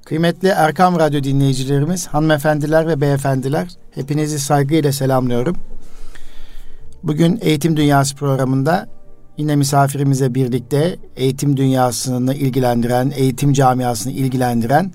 Kıymetli Erkam Radyo dinleyicilerimiz, hanımefendiler ve beyefendiler, hepinizi saygıyla selamlıyorum. Bugün Eğitim Dünyası programında yine misafirimizle birlikte eğitim dünyasını ilgilendiren, eğitim camiasını ilgilendiren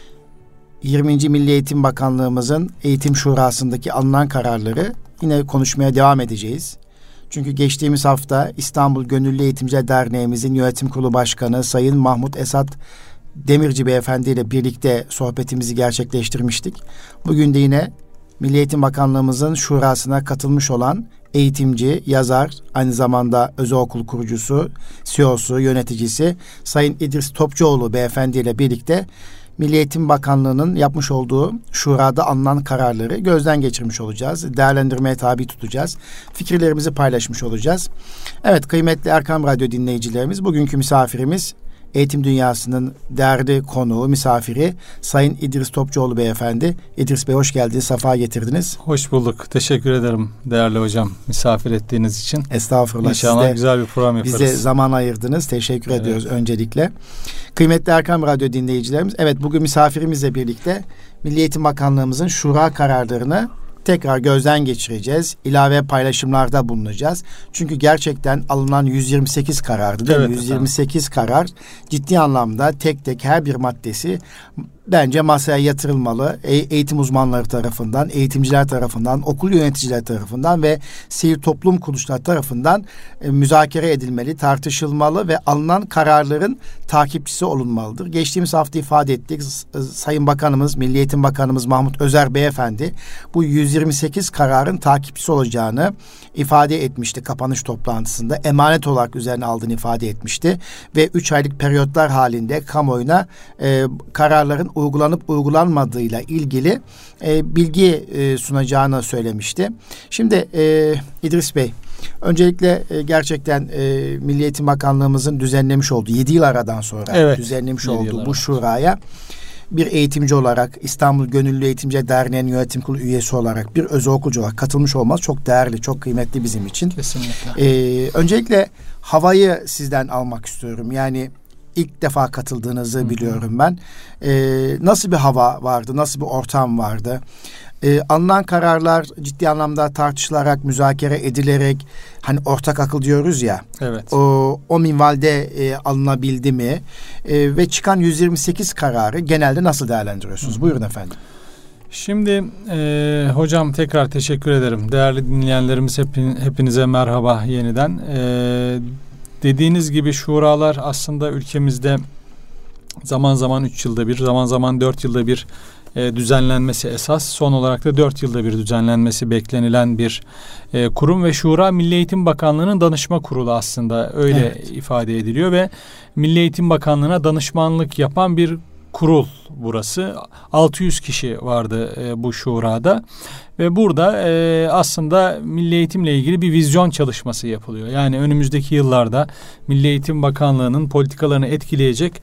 20. Milli Eğitim Bakanlığımızın Eğitim Şurası'ndaki alınan kararları yine konuşmaya devam edeceğiz. Çünkü geçtiğimiz hafta İstanbul Gönüllü Eğitimciler Derneğimizin Yönetim Kurulu Başkanı Sayın Mahmut Esat Demirci Beyefendi ile birlikte sohbetimizi gerçekleştirmiştik. Bugün de yine Milli Eğitim Bakanlığımızın şurasına katılmış olan eğitimci, yazar, aynı zamanda özel okul kurucusu, CEO'su, yöneticisi Sayın İdris Topçuoğlu Beyefendi ile birlikte Milli Eğitim Bakanlığı'nın yapmış olduğu şurada alınan kararları gözden geçirmiş olacağız. Değerlendirmeye tabi tutacağız. Fikirlerimizi paylaşmış olacağız. Evet, kıymetli Erkam Radyo dinleyicilerimiz, bugünkü misafirimiz Eğitim Dünyası'nın değerli konuğu, misafiri Sayın İdris Topçuoğlu Beyefendi. İdris Bey, hoş geldiniz, sefa getirdiniz. Hoş bulduk. Teşekkür ederim değerli hocam misafir ettiğiniz için. Estağfurullah. İnşallah güzel bir program yaparız. Bize zaman ayırdınız. Teşekkür ediyoruz öncelikle. Kıymetli Erkam Radyo dinleyicilerimiz, evet, bugün misafirimizle birlikte Milli Eğitim Bakanlığımızın şura kararlarını tekrar gözden geçireceğiz. İlave paylaşımlarda bulunacağız. Çünkü gerçekten alınan 128 karardı değil mi? 128 karar ciddi anlamda tek tek her bir maddesi bence masaya yatırılmalı. Eğitim uzmanları tarafından, eğitimciler tarafından, okul yöneticiler tarafından ve sivil toplum kuruluşları tarafından müzakere edilmeli, tartışılmalı ve alınan kararların takipçisi olunmalıdır. Geçtiğimiz hafta ifade ettik. Sayın Bakanımız, Milli Eğitim Bakanımız Mahmut Özer Beyefendi bu 128 kararın takipçisi olacağını ifade etmişti kapanış toplantısında. Emanet olarak üzerine aldığını ifade etmişti ve 3 aylık periyotlar halinde kamuoyuna kararların uygulanıp uygulanmadığıyla ilgili bilgi sunacağını söylemişti. Şimdi İdris Bey, öncelikle gerçekten Milli Eğitim Bakanlığımızın düzenlemiş olduğu 7 yıl aradan sonra düzenlemiş olduğu bu şuraya bir eğitimci olarak, İstanbul Gönüllü Eğitimciler Derneği'nin yönetim kurulu üyesi olarak, bir özel okulcu olarak katılmış olması çok değerli, çok kıymetli bizim için. Kesinlikle. Öncelikle havayı sizden almak istiyorum. Yani İlk defa katıldığınızı biliyorum ben. Nasıl bir hava vardı? Nasıl bir ortam vardı? Alınan kararlar ciddi anlamda tartışılarak, müzakere edilerek, hani ortak akıl diyoruz ya. Evet. O minvalde alınabildi mi? Ve çıkan 128 kararı genelde nasıl değerlendiriyorsunuz? Buyurun efendim. Şimdi hocam tekrar teşekkür ederim. Değerli dinleyenlerimiz hepinize merhaba yeniden. Dediğiniz gibi şuralar aslında ülkemizde zaman zaman 3 yılda bir, zaman zaman 4 yılda bir düzenlenmesi esas. Son olarak da 4 yılda bir düzenlenmesi beklenilen bir kurum ve şura Milli Eğitim Bakanlığı'nın danışma kurulu aslında öyle ifade ediliyor ve Milli Eğitim Bakanlığı'na danışmanlık yapan bir kurul burası. 600 kişi vardı bu şurada ve burada aslında milli eğitimle ilgili bir vizyon çalışması yapılıyor. Yani önümüzdeki yıllarda Milli Eğitim Bakanlığı'nın politikalarını etkileyecek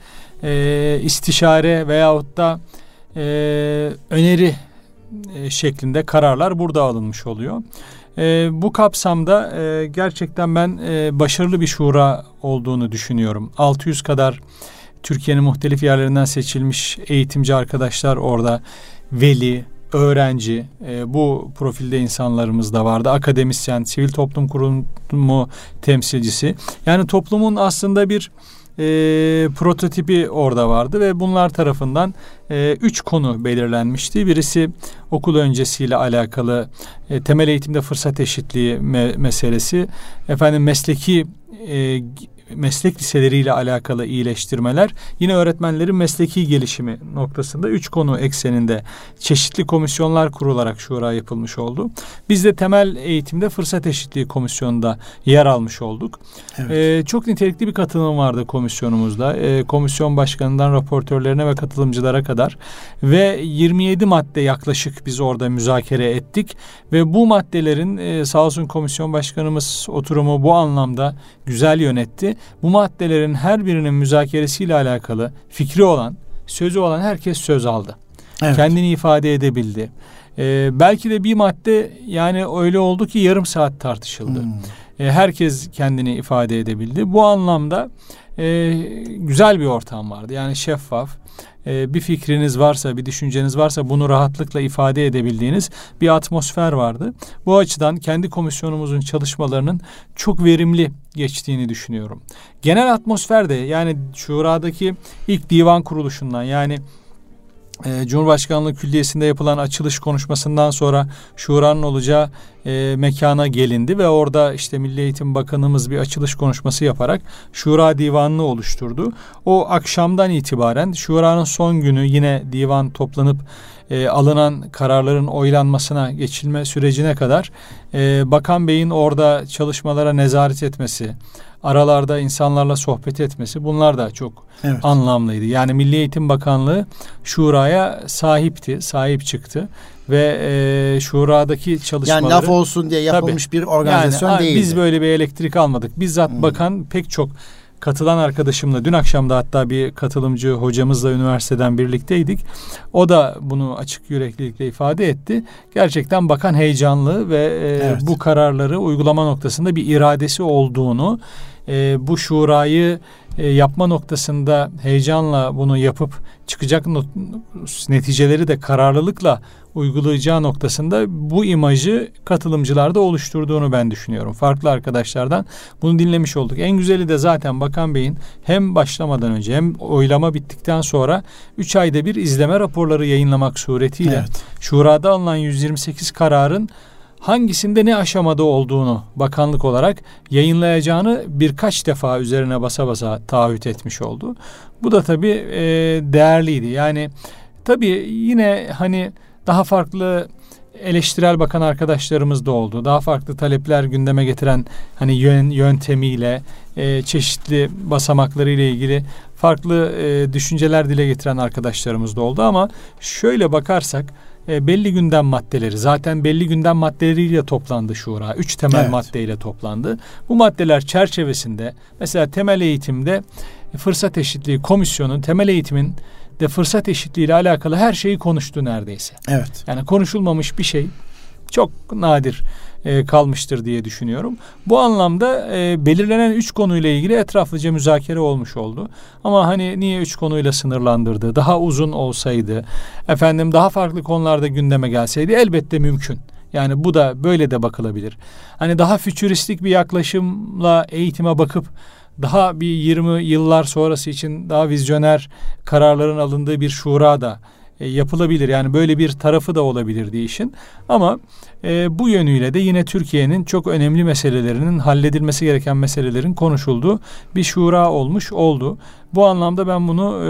istişare veyahut da öneri şeklinde kararlar burada alınmış oluyor. Bu kapsamda gerçekten ben başarılı bir şura olduğunu düşünüyorum. 600 kadar Türkiye'nin muhtelif yerlerinden seçilmiş eğitimci arkadaşlar orada, veli, öğrenci, bu profilde insanlarımız da vardı. Akademisyen, sivil toplum kurumu temsilcisi. Yani toplumun aslında bir prototipi orada vardı ve bunlar tarafından 3 konu belirlenmişti. Birisi okul öncesiyle alakalı temel eğitimde fırsat eşitliği meselesi. Meslek liseleriyle alakalı iyileştirmeler, yine öğretmenlerin mesleki gelişimi noktasında 3 konu ekseninde çeşitli komisyonlar kurularak şura yapılmış oldu. Biz de temel eğitimde fırsat eşitliği komisyonunda yer almış olduk. Evet. Çok nitelikli bir katılım vardı komisyonumuzda. Komisyon başkanından raportörlerine ve katılımcılara kadar ve 27 madde yaklaşık biz orada müzakere ettik ve bu maddelerin sağ olsun komisyon başkanımız oturumu bu anlamda güzel yönetti. Bu maddelerin her birinin müzakeresiyle alakalı fikri olan, sözü olan herkes söz aldı. Evet. Kendini ifade edebildi. Belki de bir madde yani öyle oldu ki yarım saat tartışıldı. Herkes kendini ifade edebildi. Bu anlamda güzel bir ortam vardı. Yani şeffaf. Bir fikriniz varsa, bir düşünceniz varsa bunu rahatlıkla ifade edebildiğiniz bir atmosfer vardı. Bu açıdan kendi komisyonumuzun çalışmalarının çok verimli geçtiğini düşünüyorum. Genel atmosfer de, yani şuradaki ilk divan kuruluşundan, yani Cumhurbaşkanlığı Külliyesi'nde yapılan açılış konuşmasından sonra şuranın olacağı mekana gelindi ve orada işte Milli Eğitim Bakanımız bir açılış konuşması yaparak Şura Divanı'nı oluşturdu. O akşamdan itibaren şuranın son günü yine divan toplanıp alınan kararların oylanmasına geçilme sürecine kadar Bakan Bey'in orada çalışmalara nezaret etmesi, aralarda insanlarla sohbet etmesi, bunlar da çok anlamlıydı. Yani Milli Eğitim Bakanlığı şuraya sahip çıktı ve şuradaki çalışmaları... Yani laf olsun diye yapılmış bir organizasyon yani, değildi. Biz böyle bir elektrik almadık. Bizzat bakan pek çok katılan arkadaşımla, dün akşam da hatta bir katılımcı hocamızla üniversiteden birlikteydik. O da bunu açık yüreklilikle ifade etti. Gerçekten bakan heyecanlı ve bu kararları uygulama noktasında bir iradesi olduğunu, bu şurayı yapma noktasında heyecanla bunu yapıp çıkacak neticeleri de kararlılıkla uygulayacağı noktasında bu imajı katılımcılarda oluşturduğunu ben düşünüyorum. Farklı arkadaşlardan bunu dinlemiş olduk. En güzeli de zaten Bakan Bey'in hem başlamadan önce hem oylama bittikten sonra 3 ayda bir izleme raporları yayınlamak suretiyle şurada alınan 128 kararın hangisinde ne aşamada olduğunu bakanlık olarak yayınlayacağını birkaç defa üzerine basa basa taahhüt etmiş oldu. Bu da tabii değerliydi. Yani tabii yine hani daha farklı eleştirel bakan arkadaşlarımız da oldu. Daha farklı talepler gündeme getiren, hani yöntemiyle, çeşitli basamaklarıyla ilgili farklı düşünceler dile getiren arkadaşlarımız da oldu. Ama şöyle bakarsak belli gündem maddeleri, zaten belli gündem maddeleriyle toplandı şura. 3 temel maddeyle toplandı. Bu maddeler çerçevesinde mesela temel eğitimde fırsat eşitliği komisyonu temel eğitimin de fırsat eşitliği ile alakalı her şeyi konuştu neredeyse. Evet. Yani konuşulmamış bir şey çok nadir kalmıştır diye düşünüyorum. Bu anlamda belirlenen 3 konuyla ilgili etraflıca müzakere olmuş oldu. Ama hani niye 3 konuyla sınırlandırdı? Daha uzun olsaydı, daha farklı konularda gündeme gelseydi elbette mümkün. Yani bu da böyle de bakılabilir. Hani daha fütüristik bir yaklaşımla eğitime bakıp daha bir 20 yıllar sonrası için daha vizyoner kararların alındığı bir şura da yapılabilir. Yani böyle bir tarafı da olabilir diye işin. Ama bu yönüyle de yine Türkiye'nin çok önemli meselelerinin, halledilmesi gereken meselelerin konuşulduğu bir şura oldu. Bu anlamda ben bunu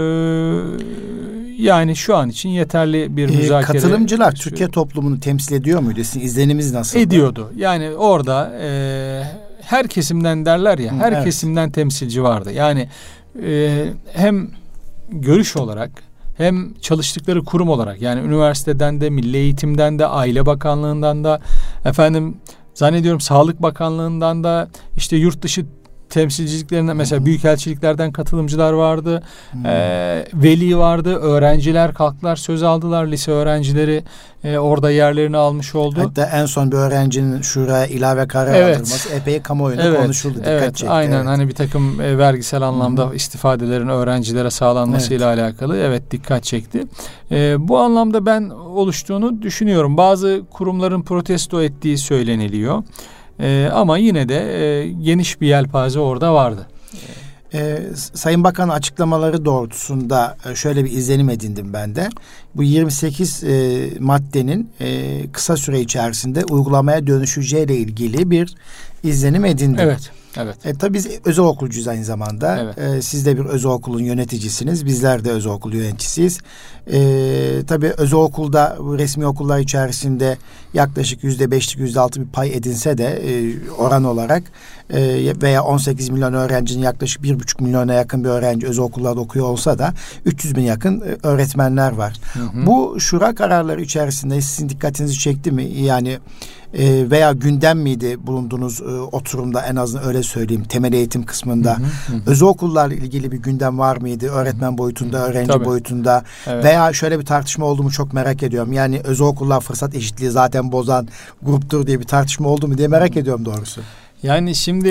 yani şu an için yeterli bir müzakere... Katılımcılar Türkiye toplumunu temsil ediyor muydu? Sizin izleniminiz nasıl? Ediyordu. Yani orada her kesimden derler ya, her kesimden temsilci vardı. Yani hem görüş olarak hem çalıştıkları kurum olarak, yani üniversiteden de, Milli Eğitim'den de, Aile Bakanlığı'ndan da, zannediyorum Sağlık Bakanlığı'ndan da, işte yurt dışı temsilciliklerinden mesela büyükelçiliklerden katılımcılar vardı. Veli vardı. Öğrenciler kalktılar, söz aldılar. Lise öğrencileri orada yerlerini almış oldu. Hatta en son bir öğrencinin şuraya ilave karar aldırması epey kamuoyunda konuşuldu. Dikkat çekti. Aynen. Hani bir takım vergisel anlamda istifadelerin öğrencilere sağlanmasıyla alakalı dikkat çekti. Bu anlamda ben oluştuğunu düşünüyorum. Bazı kurumların protesto ettiği söyleniliyor. Ama yine de geniş bir yelpaze orada vardı. Sayın Bakan açıklamaları doğrultusunda şöyle bir izlenim edindim ben de. Bu 28 maddenin kısa süre içerisinde uygulamaya dönüşeceğiyle ilgili bir izlenim edindim. Evet. Tabii biz özel okulcuyuz aynı zamanda. Siz de bir özel okulun yöneticisiniz. Bizler de özel okul yöneticisiyiz. Tabii özel okulda resmi okullar içerisinde yaklaşık %5'lik %6 bir pay edinse de oran olarak veya 18 milyon öğrencinin yaklaşık 1,5 milyona yakın bir öğrenci özel okullarda okuyor olsa da 300 bin yakın öğretmenler var. Bu şura kararları içerisinde sizin dikkatinizi çekti mi? Yani veya gündem miydi bulunduğunuz oturumda, en azından öyle söyleyeyim, temel eğitim kısmında? Özel okullarla ilgili bir gündem var mıydı? Öğretmen boyutunda, öğrenci boyutunda veya şöyle bir tartışma oldu mu çok merak ediyorum. Yani özel okullar fırsat eşitliği zaten bozan gruptur diye bir tartışma oldu mu diye merak ediyorum doğrusu. Yani şimdi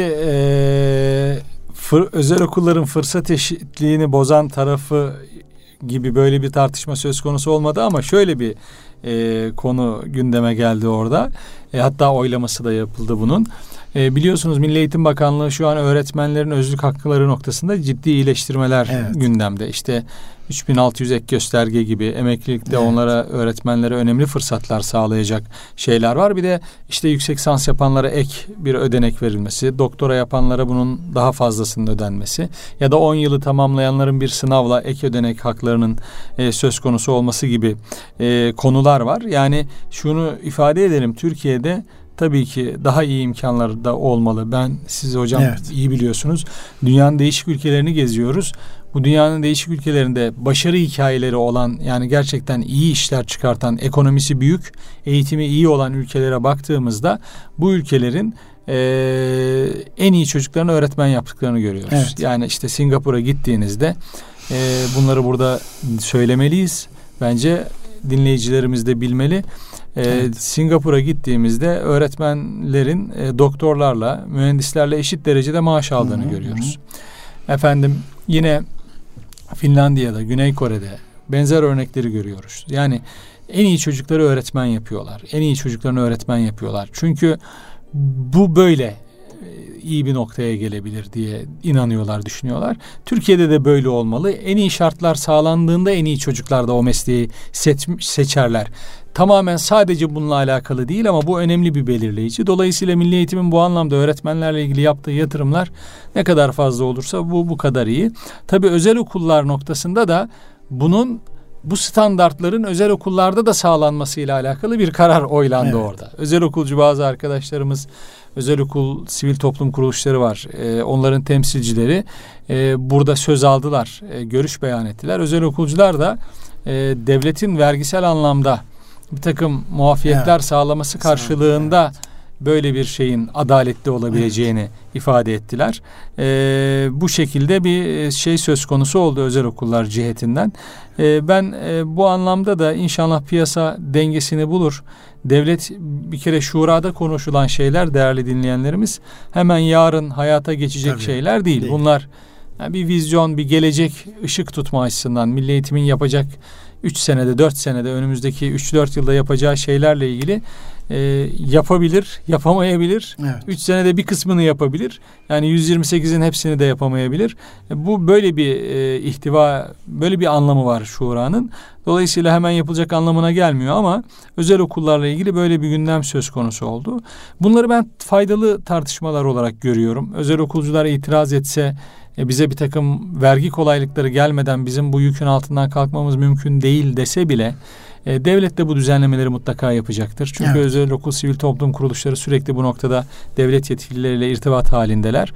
özel okulların fırsat eşitliğini bozan tarafı gibi böyle bir tartışma söz konusu olmadı ama şöyle bir konu gündeme geldi orada. Hatta oylaması da yapıldı bunun. Biliyorsunuz Milli Eğitim Bakanlığı şu an öğretmenlerin özlük hakları noktasında ciddi iyileştirmeler gündemde. İşte 3600 ek gösterge gibi emeklilikte onlara, öğretmenlere önemli fırsatlar sağlayacak şeyler var. Bir de işte yüksek lisans yapanlara ek bir ödenek verilmesi, doktora yapanlara bunun daha fazlasının ödenmesi ya da 10 yılı tamamlayanların bir sınavla ek ödenek haklarının söz konusu olması gibi konular var. Yani şunu ifade edelim, Türkiye'de tabii ki daha iyi imkanlar da olmalı. Siz hocam iyi biliyorsunuz. Dünyanın değişik ülkelerini geziyoruz. Bu dünyanın değişik ülkelerinde başarı hikayeleri olan, yani gerçekten iyi işler çıkartan, ekonomisi büyük, eğitimi iyi olan ülkelere baktığımızda bu ülkelerin en iyi çocuklarını öğretmen yaptıklarını görüyoruz. Evet. Yani işte Singapur'a gittiğinizde bunları burada söylemeliyiz. Bence dinleyicilerimiz de bilmeli. Singapur'a gittiğimizde öğretmenlerin doktorlarla, mühendislerle eşit derecede maaş aldığını görüyoruz. Efendim yine Finlandiya'da, Güney Kore'de benzer örnekleri görüyoruz. Yani en iyi çocukları öğretmen yapıyorlar. En iyi çocuklarını öğretmen yapıyorlar. Çünkü bu böyle iyi bir noktaya gelebilir diye inanıyorlar, düşünüyorlar. Türkiye'de de böyle olmalı. En iyi şartlar sağlandığında en iyi çocuklar da o mesleği seçerler. Tamamen sadece bununla alakalı değil ama bu önemli bir belirleyici. Dolayısıyla Milli Eğitim'in bu anlamda öğretmenlerle ilgili yaptığı yatırımlar ne kadar fazla olursa bu kadar iyi. Tabii özel okullar noktasında da bu standartların özel okullarda da sağlanmasıyla alakalı bir karar oylandı orada. Özel okulcu bazı arkadaşlarımız, özel okul sivil toplum kuruluşları var. Onların temsilcileri burada söz aldılar, görüş beyan ettiler. Özel okulcular da devletin vergisel anlamda bir takım muafiyetler sağlaması karşılığında böyle bir şeyin adaletli olabileceğini ifade ettiler. Bu şekilde bir şey söz konusu oldu özel okullar cihetinden. Ben bu anlamda da inşallah piyasa dengesini bulur. Devlet bir kere şurada konuşulan şeyler değerli dinleyenlerimiz hemen yarın hayata geçecek şeyler değil. Bunlar yani bir vizyon, bir gelecek ışık tutma açısından Milli Eğitim'in yapacak 3 senede, 4 senede, önümüzdeki 3-4 yılda yapacağı şeylerle ilgili yapabilir, yapamayabilir. 3 senede bir kısmını yapabilir. Yani 128'in hepsini de yapamayabilir. Bu böyle bir böyle bir anlamı var şuranın. Dolayısıyla hemen yapılacak anlamına gelmiyor ama özel okullarla ilgili böyle bir gündem söz konusu oldu. Bunları ben faydalı tartışmalar olarak görüyorum. Özel okulcular itiraz etse, bize bir takım vergi kolaylıkları gelmeden bizim bu yükün altından kalkmamız mümkün değil dese bile devlet de bu düzenlemeleri mutlaka yapacaktır. Çünkü özel okul sivil toplum kuruluşları sürekli bu noktada devlet yetkilileriyle irtibat halindeler.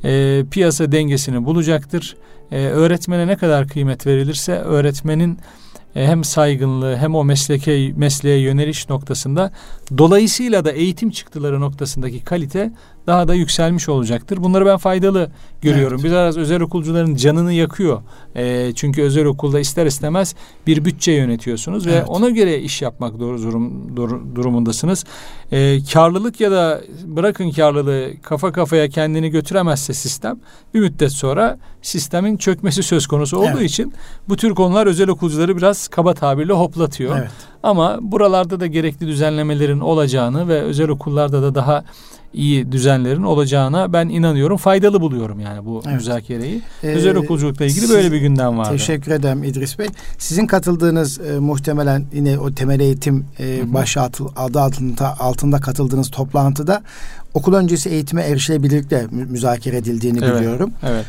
Piyasa dengesini bulacaktır. Öğretmene ne kadar kıymet verilirse öğretmenin hem saygınlığı hem o mesleğe yöneliş noktasında, dolayısıyla da eğitim çıktıları noktasındaki kalite daha da yükselmiş olacaktır. Bunları ben faydalı görüyorum. Biraz özel okulcuların canını yakıyor. Çünkü özel okulda ister istemez bir bütçe yönetiyorsunuz ve ona göre iş yapmak durumundasınız. Karlılık ya da bırakın karlılığı, kafa kafaya kendini götüremezse sistem, bir müddet sonra sistemin çökmesi söz konusu olduğu için bu tür konular özel okulcuları biraz kaba tabirle hoplatıyor. Ama buralarda da gerekli düzenlemelerin olacağını ve özel okullarda da daha iyi düzenlerin olacağına ben inanıyorum. Faydalı buluyorum yani bu müzakereyi. Özel okulculukla ilgili böyle bir gündem vardı. Teşekkür ederim İdris Bey. Sizin katıldığınız muhtemelen yine o temel eğitim başı adı altında katıldığınız toplantıda okul öncesi eğitime erişilebilirlikle müzakere edildiğini biliyorum.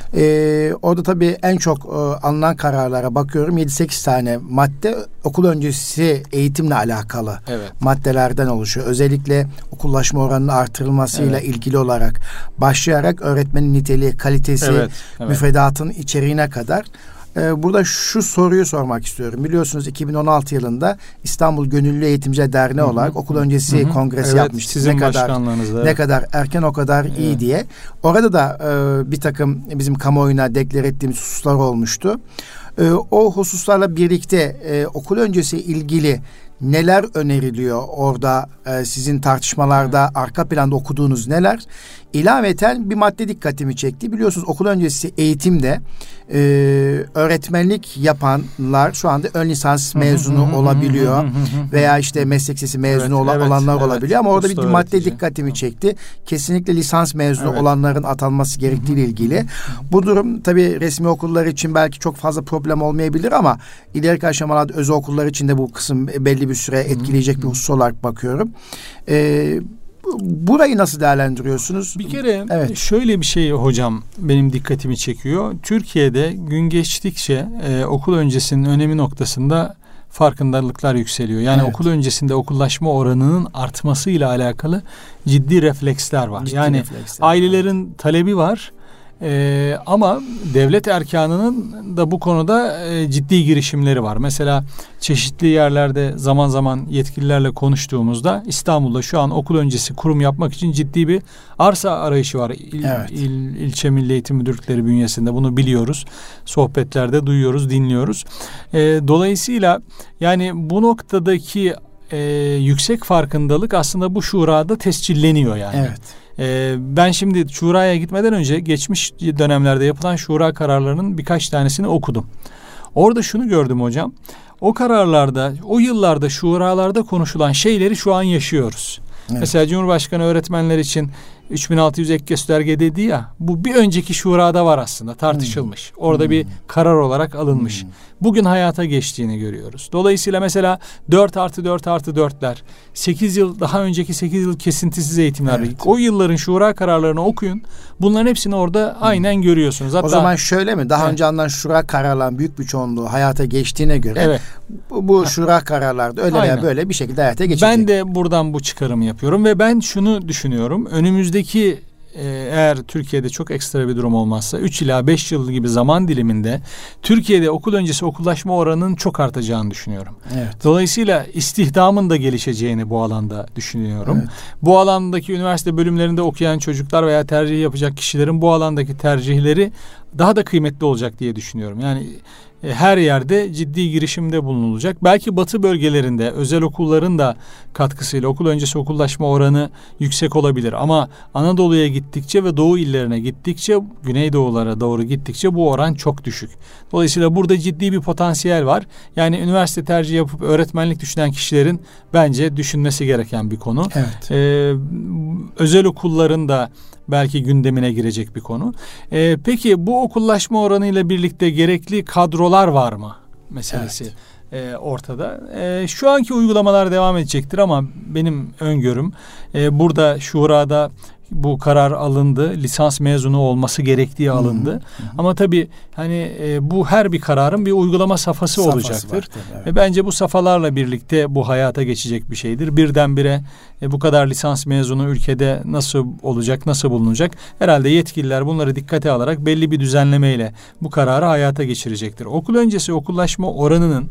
Orada tabii en çok alınan kararlara bakıyorum. 7-8 tane madde okul öncesi eğitimle alakalı maddelerden oluşuyor. Özellikle okullaşma oranının artırılmasıyla ilgili olarak başlayarak öğretmenin niteliği, kalitesi, müfredatın içeriğine kadar. Burada şu soruyu sormak istiyorum. Biliyorsunuz 2016 yılında İstanbul Gönüllü Eğitimciler Derneği olarak okul öncesi kongresi yapmıştık. Sizin ne kadar erken o kadar iyi diye. Orada da bir takım bizim kamuoyuna deklar ettiğimiz hususlar olmuştu. O hususlarla birlikte okul öncesi ilgili neler öneriliyor orada, sizin tartışmalarda arka planda okuduğunuz neler? İlaveten bir madde dikkatimi çekti. Biliyorsunuz okul öncesi eğitimde öğretmenlik yapanlar şu anda ön lisans mezunu olabiliyor. Veya işte meslek lisesi mezunu olanlar olabiliyor. Ama orada bir madde dikkatimi çekti. Kesinlikle lisans mezunu olanların atanması gerektiğiyle ilgili. Bu durum tabii resmi okullar için belki çok fazla problem olmayabilir ama ileriki aşamalarda özel okullar için de bu kısım belli bir süre etkileyecek bir husus olarak bakıyorum. Burayı nasıl değerlendiriyorsunuz? Bir kere şöyle bir şey hocam benim dikkatimi çekiyor. Türkiye'de gün geçtikçe okul öncesinin önemi noktasında farkındalıklar yükseliyor. Yani okul öncesinde okullaşma oranının artmasıyla alakalı ciddi refleksler var. Ailelerin talebi var. Ama devlet erkanının da bu konuda ciddi girişimleri var. Mesela çeşitli yerlerde zaman zaman yetkililerle konuştuğumuzda İstanbul'da şu an okul öncesi kurum yapmak için ciddi bir arsa arayışı var. İlçe Milli Eğitim Müdürlükleri bünyesinde bunu biliyoruz. Sohbetlerde duyuyoruz, dinliyoruz. Dolayısıyla yani bu noktadaki yüksek farkındalık aslında bu şurada tescilleniyor yani. Evet. Ben şimdi şuraya gitmeden önce geçmiş dönemlerde yapılan şura kararlarının birkaç tanesini okudum. Orada şunu gördüm hocam. O kararlarda, o yıllarda şuralarda konuşulan şeyleri şu an yaşıyoruz. Evet. Mesela Cumhurbaşkanı öğretmenler için 3600 ek gösterge dedi ya, bu bir önceki şurada var aslında, tartışılmış. Orada bir karar olarak alınmış. Bugün hayata geçtiğini görüyoruz. Dolayısıyla mesela 4+4+4'ler, 8 yıl daha önceki 8 yıl kesintisiz eğitimler. Evet. O yılların şura kararlarını okuyun. Bunların hepsini orada aynen görüyorsunuz. Hatta, o zaman şöyle mi? Daha önce alınan şura kararlarının büyük bir çoğunluğu hayata geçtiğine göre bu şura kararlarda öyle veya böyle bir şekilde hayata geçecek. Ben de buradan bu çıkarımı yapıyorum ve ben şunu düşünüyorum. Önümüzdeki eğer Türkiye'de çok ekstra bir durum olmazsa 3 ila 5 yıl gibi zaman diliminde Türkiye'de okul öncesi okullaşma oranının çok artacağını düşünüyorum. Evet. Dolayısıyla istihdamın da gelişeceğini bu alanda düşünüyorum. Evet. Bu alandaki üniversite bölümlerinde okuyan çocuklar veya tercih yapacak kişilerin bu alandaki tercihleri daha da kıymetli olacak diye düşünüyorum. Yani her yerde ciddi girişimde bulunulacak. Belki batı bölgelerinde özel okulların da katkısıyla okul öncesi okullaşma oranı yüksek olabilir. Ama Anadolu'ya gittikçe ve doğu illerine gittikçe, güneydoğulara doğru gittikçe bu oran çok düşük. Dolayısıyla burada ciddi bir potansiyel var. Yani üniversite tercihi yapıp öğretmenlik düşünen kişilerin bence düşünmesi gereken bir konu. Evet. Özel okulların da belki gündemine girecek bir konu. Peki bu okullaşma oranıyla birlikte gerekli kadrolar var mı meselesi ortada. Şu anki uygulamalar devam edecektir ama benim öngörüm burada şurada bu karar alındı. Lisans mezunu olması gerektiği alındı. Ama tabii hani bu her bir kararın bir uygulama safhası olacaktır. Var, tabii, bence bu safhalarla birlikte bu hayata geçecek bir şeydir. Birdenbire bu kadar lisans mezunu ülkede nasıl olacak, nasıl bulunacak? Herhalde yetkililer bunları dikkate alarak belli bir düzenlemeyle bu kararı hayata geçirecektir. Okul öncesi okullaşma oranının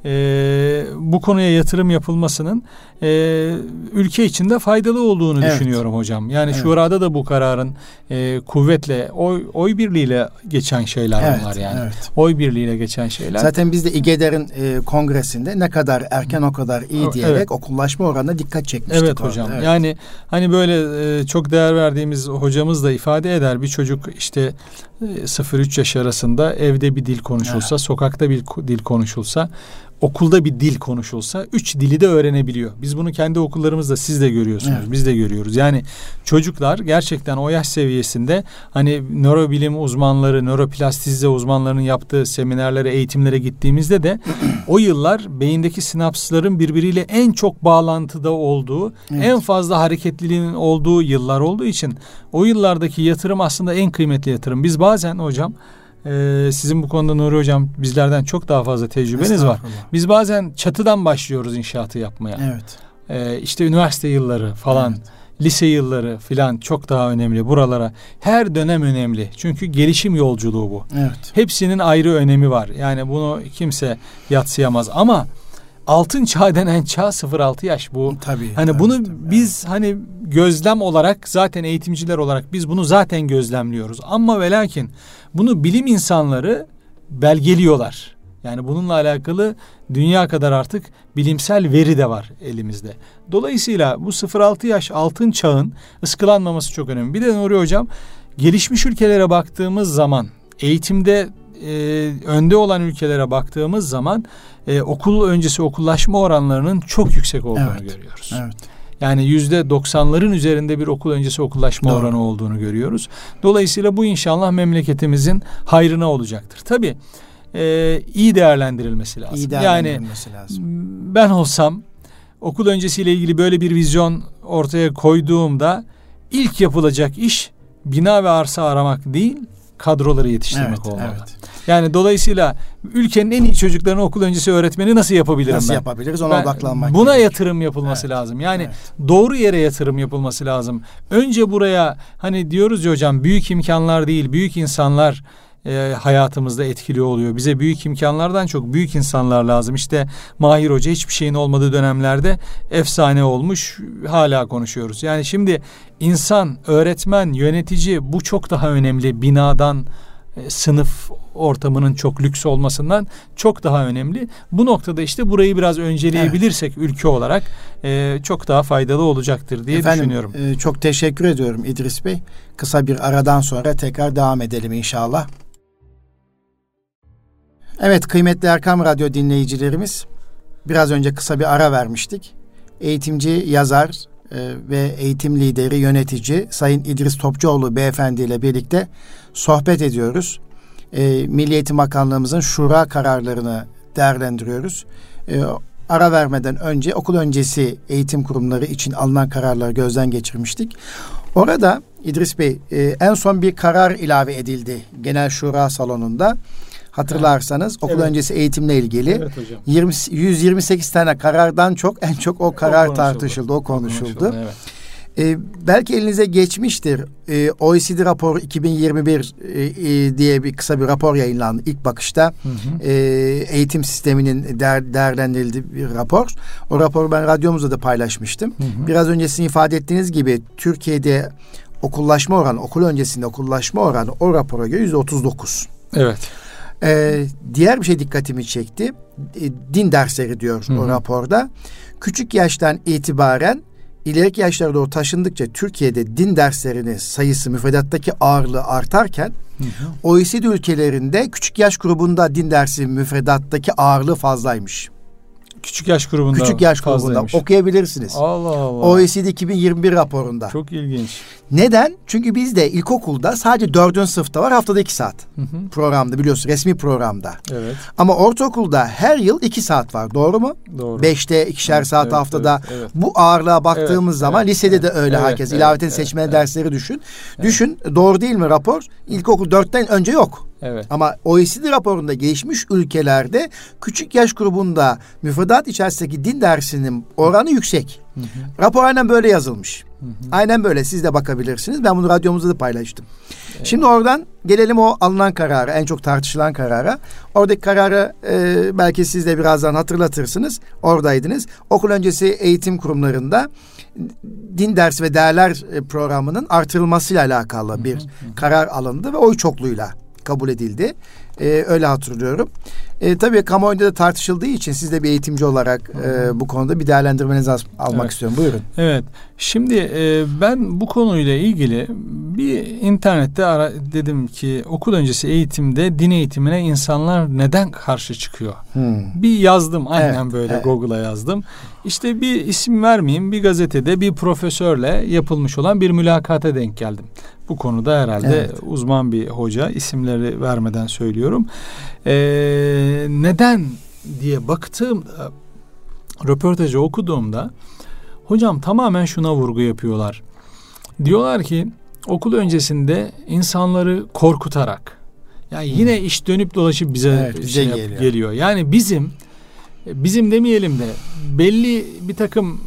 bu konuya yatırım yapılmasının ülke içinde faydalı olduğunu düşünüyorum hocam. Yani şurada da bu kararın kuvvetle oy birliğiyle geçen şeyler bunlar yani. Evet. Oy birliğiyle geçen şeyler. Zaten biz de İGEDER'in kongresinde ne kadar erken o kadar iyi diyerek okullaşma oranına dikkat çekmiştik. Evet hocam. Evet. Yani hani böyle çok değer verdiğimiz hocamız da ifade eder. Bir çocuk işte 0-3 yaş arasında evde bir dil konuşulsa, sokakta bir dil konuşulsa, okulda bir dil konuşulsa 3 dili de öğrenebiliyor. Biz bunu kendi okullarımızda siz de görüyorsunuz. Evet. Biz de görüyoruz. Yani çocuklar gerçekten o yaş seviyesinde hani nörobilim uzmanları, nöroplastizite uzmanlarının yaptığı seminerlere, eğitimlere gittiğimizde de o yıllar beyindeki sinapsların birbiriyle en çok bağlantıda olduğu, en fazla hareketliliğinin olduğu yıllar olduğu için o yıllardaki yatırım aslında en kıymetli yatırım. Biz bazen hocam sizin bu konuda Nuri Hocam bizlerden çok daha fazla tecrübeniz var. Biz bazen çatıdan başlıyoruz inşaatı yapmaya. Evet. İşte üniversite yılları falan, lise yılları falan çok daha önemli buralara. Her dönem önemli. Çünkü gelişim yolculuğu bu. Evet. Hepsinin ayrı önemi var. Yani bunu kimse yadsıyamaz ama altın çağ denen çağ 0-6 yaş bu. Tabii. Hani bunu biz hani gözlem olarak zaten eğitimciler olarak biz bunu zaten gözlemliyoruz. Ama ve lakin bunu bilim insanları belgeliyorlar. Yani bununla alakalı dünya kadar artık bilimsel veri de var elimizde. Dolayısıyla bu 0-6 yaş altın çağın ıskılanmaması çok önemli. Bir de Nuri Hocam, gelişmiş ülkelere baktığımız zaman, eğitimde önde olan ülkelere baktığımız zaman okul öncesi okullaşma oranlarının çok yüksek olduğunu görüyoruz. Evet. Yani %90'ların üzerinde bir okul öncesi okullaşma oranı olduğunu görüyoruz. Dolayısıyla bu inşallah memleketimizin hayrına olacaktır. Tabii iyi değerlendirilmesi lazım. İyi değerlendirilmesi lazım. Ben olsam okul öncesiyle ilgili böyle bir vizyon ortaya koyduğumda ilk yapılacak iş bina ve arsa aramak değil, kadroları yetiştirmek olmalı. Evet. Yani dolayısıyla ülkenin en iyi çocuklarını okul öncesi öğretmeni nasıl yapabilirim nasıl ben? Nasıl yapabiliriz? Ona odaklanmak buna gerekir. Yatırım yapılması lazım. Yani doğru yere yatırım yapılması lazım. Önce buraya, hani diyoruz ya hocam, büyük imkanlar değil, büyük insanlar hayatımızda etkili oluyor. Bize büyük imkanlardan çok büyük insanlar lazım. İşte Mahir Hoca hiçbir şeyin olmadığı dönemlerde efsane olmuş, hala konuşuyoruz. Yani şimdi insan, öğretmen, yönetici, bu çok daha önemli binadan, sınıf ortamının çok lüks olmasından çok daha önemli. Bu noktada işte burayı biraz önceleyebilirsek ülke olarak çok daha faydalı olacaktır diye düşünüyorum. Çok teşekkür ediyorum İdris Bey. Kısa bir aradan sonra tekrar devam edelim inşallah. Evet, kıymetli Erkam Radyo dinleyicilerimiz, biraz önce kısa bir ara vermiştik. Eğitimci, yazar ve eğitim lideri, yönetici Sayın İdris Topçuoğlu Beyefendi ile birlikte sohbet ediyoruz. Milli Eğitim Bakanlığımızın şura kararlarını değerlendiriyoruz. Ara vermeden önce okul öncesi eğitim kurumları için alınan kararları gözden geçirmiştik. Orada İdris Bey, en son bir karar ilave edildi Genel Şura Salonu'nda. Hatırlarsanız okul öncesi eğitimle ilgili 128 tane karardan en çok o karar tartışıldı, o konuşuldu. Belki elinize geçmiştir. OECD raporu 2021 diye bir kısa bir rapor yayınlandı ilk bakışta. Eğitim sisteminin değerlendirildiği bir rapor. O raporu ben radyomuzda da paylaşmıştım. Biraz önce sizin ifade ettiğiniz gibi Türkiye'de okullaşma oranı, okul öncesinde okullaşma oranı o rapora göre %39. Evet. Diğer bir şey dikkatimi çekti. Din dersleri diyor o raporda. Küçük yaştan itibaren ileriki yaşlara doğru taşındıkça Türkiye'de din derslerinin sayısı, müfredattaki ağırlığı artarken OECD ülkelerinde küçük yaş grubunda din dersi müfredattaki ağırlığı fazlaymış. Küçük yaş grubunda okuyabilirsiniz. Allah Allah. OECD 2021 raporunda. Çok ilginç. Neden? Çünkü bizde ilkokulda sadece 4. sınıfta var, haftada 2 saat. Programda, biliyorsun, resmi programda. Evet. Ama ortaokulda her yıl 2 saat var. Doğru mu? Doğru. 5'te 2'şer saat haftada. Evet. Bu ağırlığa baktığımız zaman lisede de öyle herkes. İlaveten seçmeli dersleri düşün. Düşün, doğru değil mi rapor? İlkokul 4'ten önce yok. Evet. Ama OECD raporunda gelişmiş ülkelerde küçük yaş grubunda müfredat içerisindeki din dersinin oranı yüksek. Rapor aynen böyle yazılmış. Aynen böyle. Siz de bakabilirsiniz. Ben bunu radyomuzda da paylaştım. Evet. Şimdi oradan gelelim o alınan karara, en çok tartışılan karara. Oradaki kararı belki siz de birazdan hatırlatırsınız. Oradaydınız. Okul öncesi eğitim kurumlarında din dersi ve değerler programının artırılmasıyla alakalı bir karar alındı ve oy çokluğuyla kabul edildi. Öyle hatırlıyorum. Tabii kamuoyunda da tartışıldığı için siz de bir eğitimci olarak bu konuda bir değerlendirmenizi almak istiyorum. Buyurun. Evet. Şimdi ben bu konuyla ilgili bir internette dedim ki okul öncesi eğitimde din eğitimine insanlar neden karşı çıkıyor? Bir yazdım aynen böyle Google'a yazdım. İşte bir isim vermeyeyim, bir gazetede bir profesörle yapılmış olan bir mülakata denk geldim. Bu konuda herhalde uzman bir hoca, isimleri vermeden söylüyorum. Neden diye baktığımda, röportajı okuduğumda hocam tamamen şuna vurgu yapıyorlar. Diyorlar ki okul öncesinde insanları korkutarak, yani yine iş dönüp dolaşıp bize geliyor. Yani bizim demeyelim de belli bir takım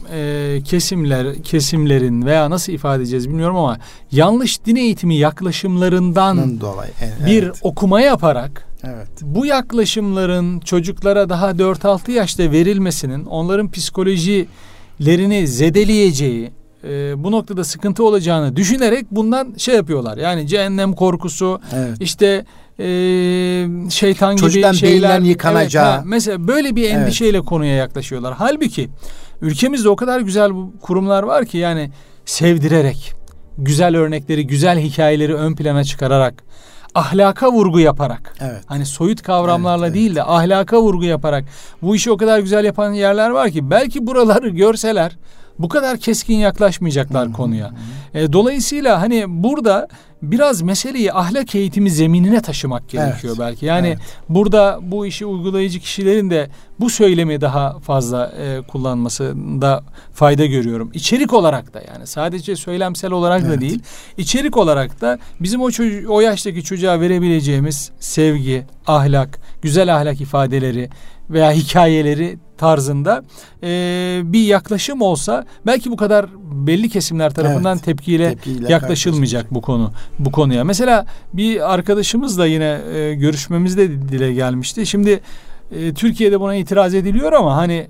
kesimlerin veya nasıl ifade edeceğiz bilmiyorum ama yanlış din eğitimi yaklaşımlarından dolayı bir okuma yaparak bu yaklaşımların çocuklara daha 4-6 yaşta verilmesinin onların psikolojilerini zedeleyeceği, bu noktada sıkıntı olacağını düşünerek bundan yapıyorlar. Yani cehennem korkusu, işte şeytan çocuktan gibi şeyler yıkanacağı. Evet, mesela böyle bir endişeyle konuya yaklaşıyorlar. Halbuki ülkemizde o kadar güzel kurumlar var ki, yani sevdirerek, güzel örnekleri, güzel hikayeleri ön plana çıkararak, ahlaka vurgu yaparak, hani soyut kavramlarla değil de ahlaka vurgu yaparak bu işi o kadar güzel yapan yerler var ki belki buraları görseler bu kadar keskin yaklaşmayacaklar konuya. Dolayısıyla hani burada biraz meseleyi ahlak eğitimi zeminine taşımak gerekiyor belki. Yani burada bu işi uygulayıcı kişilerin de bu söylemi daha fazla kullanmasında fayda görüyorum. İçerik olarak da, yani sadece söylemsel olarak da değil, içerik olarak da bizim o yaştaki çocuğa verebileceğimiz sevgi, ahlak, güzel ahlak ifadeleri veya hikayeleri tarzında bir yaklaşım olsa belki bu kadar belli kesimler tarafından tepkiyle yaklaşılmayacak bu konuya. Mesela bir arkadaşımızla yine görüşmemizde dile gelmişti. Şimdi Türkiye'de buna itiraz ediliyor ama hani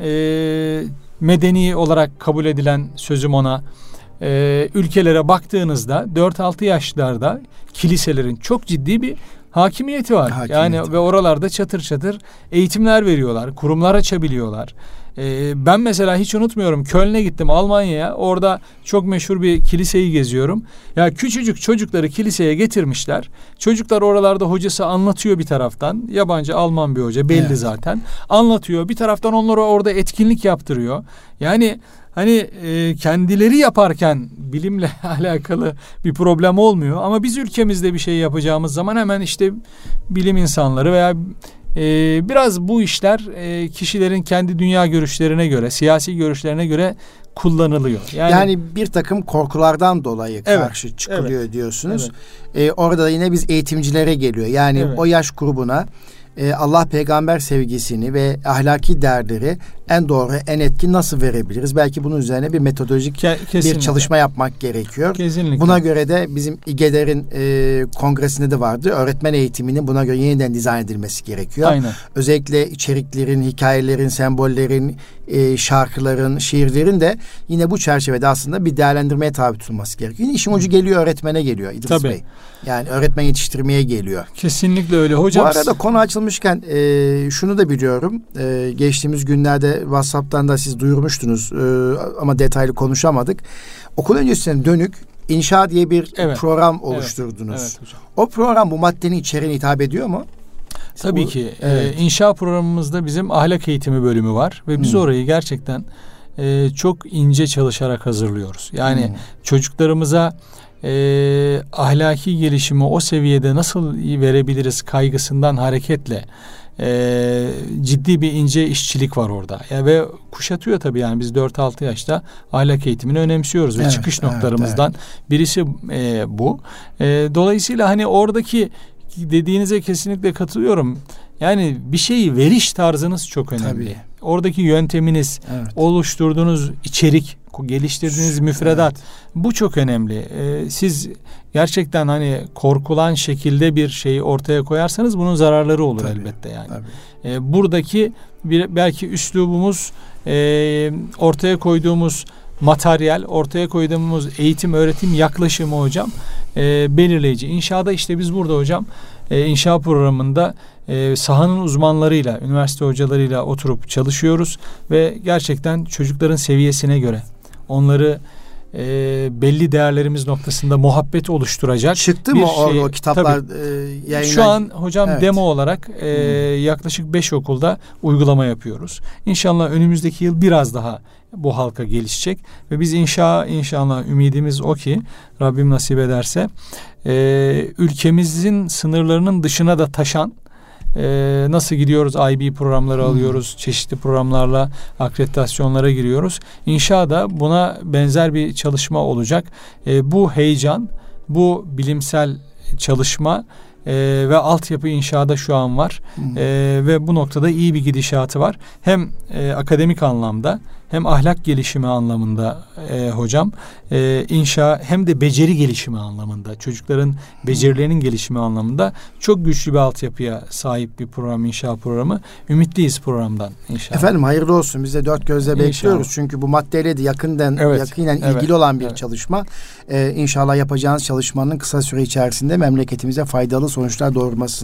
medeni olarak kabul edilen, sözüm ona, ülkelere baktığınızda 4-6 yaşlarda kiliselerin çok ciddi bir hakimiyeti var. Yani ve oralarda çatır çatır eğitimler veriyorlar. Kurumlar açabiliyorlar. Ben mesela hiç unutmuyorum, Köln'e gittim, Almanya'ya. Orada çok meşhur bir kiliseyi geziyorum. Ya küçücük çocukları kiliseye getirmişler. Çocuklar oralarda, hocası anlatıyor bir taraftan. Yabancı, Alman bir hoca belli zaten. Anlatıyor. Bir taraftan onlara orada etkinlik yaptırıyor. Yani hani kendileri yaparken bilimle alakalı bir problem olmuyor. Ama biz ülkemizde bir şey yapacağımız zaman hemen işte bilim insanları veya biraz bu işler kişilerin kendi dünya görüşlerine göre, siyasi görüşlerine göre kullanılıyor. Yani bir takım korkulardan dolayı karşı çıkılıyor diyorsunuz. Orada da yine biz eğitimcilere geliyor. Yani o yaş grubuna Allah peygamber sevgisini ve ahlaki değerleri en doğru, en etkin nasıl verebiliriz? Belki bunun üzerine bir metodolojik bir çalışma yapmak gerekiyor. Kesinlikle. Buna göre de bizim İGEDER'in kongresinde de vardı. Öğretmen eğitiminin buna göre yeniden dizayn edilmesi gerekiyor. Aynen. Özellikle içeriklerin, hikayelerin, sembollerin, şarkıların, şiirlerin de yine bu çerçevede aslında bir değerlendirmeye tabi tutulması gerekiyor. Yine işin ucu geliyor, öğretmene geliyor İdris Bey. Yani öğretmen yetiştirmeye geliyor. Kesinlikle öyle hocam. Bu arada konu açılmışken şunu da biliyorum. Geçtiğimiz günlerde WhatsApp'tan da siz duyurmuştunuz ama detaylı konuşamadık. Okul öncesine dönük İnşa diye bir program oluşturdunuz. Evet hocam. O program bu maddenin içeriğine hitap ediyor mu? Tabii ki. İnşa programımızda bizim ahlak eğitimi bölümü var ve biz orayı gerçekten çok ince çalışarak hazırlıyoruz. Yani çocuklarımıza ahlaki gelişimi o seviyede nasıl verebiliriz kaygısından hareketle ciddi bir ince işçilik var orada. Ve kuşatıyor tabii, yani biz 4-6 yaşta ahlak eğitimini önemsiyoruz ve çıkış noktalarımızdan birisi bu. Dolayısıyla hani oradaki dediğinize kesinlikle katılıyorum. Yani bir şeyi veriş tarzınız çok önemli. Tabii. Oradaki yönteminiz, oluşturduğunuz içerik, geliştirdiğiniz müfredat, bu çok önemli. Siz gerçekten hani korkulan şekilde bir şeyi ortaya koyarsanız bunun zararları olur elbette yani. Buradaki belki üslubumuz, ortaya koyduğumuz materyal, ortaya koyduğumuz eğitim, öğretim yaklaşımı hocam belirleyici. İnşaada işte biz burada hocam inşa programında sahanın uzmanlarıyla, üniversite hocalarıyla oturup çalışıyoruz ve gerçekten çocukların seviyesine göre onları belli değerlerimiz noktasında muhabbet oluşturacak. Çıktı mı o kitaplar yayınlan? Şu an hocam demo olarak yaklaşık 5 okulda uygulama yapıyoruz. İnşallah önümüzdeki yıl biraz daha bu halka gelişecek ve biz inşallah ümidimiz o ki Rabbim nasip ederse ülkemizin sınırlarının dışına da taşan, nasıl gidiyoruz, IB programları alıyoruz, çeşitli programlarla akreditasyonlara giriyoruz. İnşaada buna benzer bir çalışma olacak. Bu heyecan, bu bilimsel çalışma ve altyapı inşaada şu an var. Ve bu noktada iyi bir gidişatı var. Hem akademik anlamda hem ahlak gelişimi anlamında hocam hem de beceri gelişimi anlamında, çocukların becerilerinin gelişimi anlamında çok güçlü bir altyapıya sahip bir program, inşa programı. Ümitliyiz programdan inşallah. Efendim hayırlı olsun. Biz de dört gözle bekliyoruz. Çünkü bu maddeyle de yakinen ilgili olan bir çalışma. İnşallah yapacağınız çalışmanın kısa süre içerisinde memleketimize faydalı sonuçlar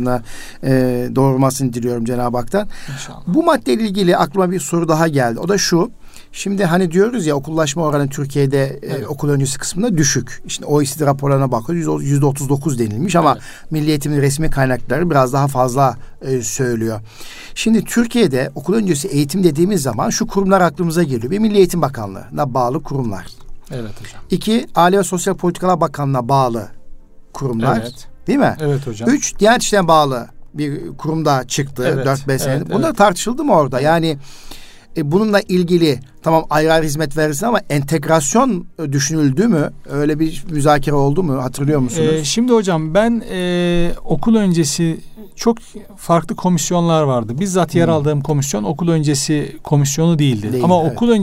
doğurmasını diliyorum Cenab-ı Hak'tan. İnşallah. Bu maddeyle ilgili aklıma bir soru daha geldi. O da şu. Şimdi hani diyoruz ya, okullaşma oranı Türkiye'de okul öncesi kısmında düşük. İşte OECD raporlarına bakıyoruz, %39 denilmiş ama Milli Eğitim'in resmi kaynakları biraz daha fazla söylüyor. Şimdi Türkiye'de okul öncesi eğitim dediğimiz zaman şu kurumlar aklımıza geliyor. Bir, Milli Eğitim Bakanlığı'na bağlı kurumlar. Evet hocam. 2, Aile ve Sosyal Politikalar Bakanlığı'na bağlı kurumlar. Evet. Değil mi? Evet hocam. 3, Diyanet İşleri'ne bağlı bir kurumda çıktı 4-5 senedir. Bunlar tartışıldı mı orada? Yani bununla ilgili tamam ayrı ayrı hizmet verirsin ama entegrasyon düşünüldü mü? Öyle bir müzakere oldu mu? Hatırlıyor musunuz? Şimdi hocam ben okul öncesi çok farklı komisyonlar vardı. Bizzat yer aldığım komisyon okul öncesi komisyonu değildi. Ama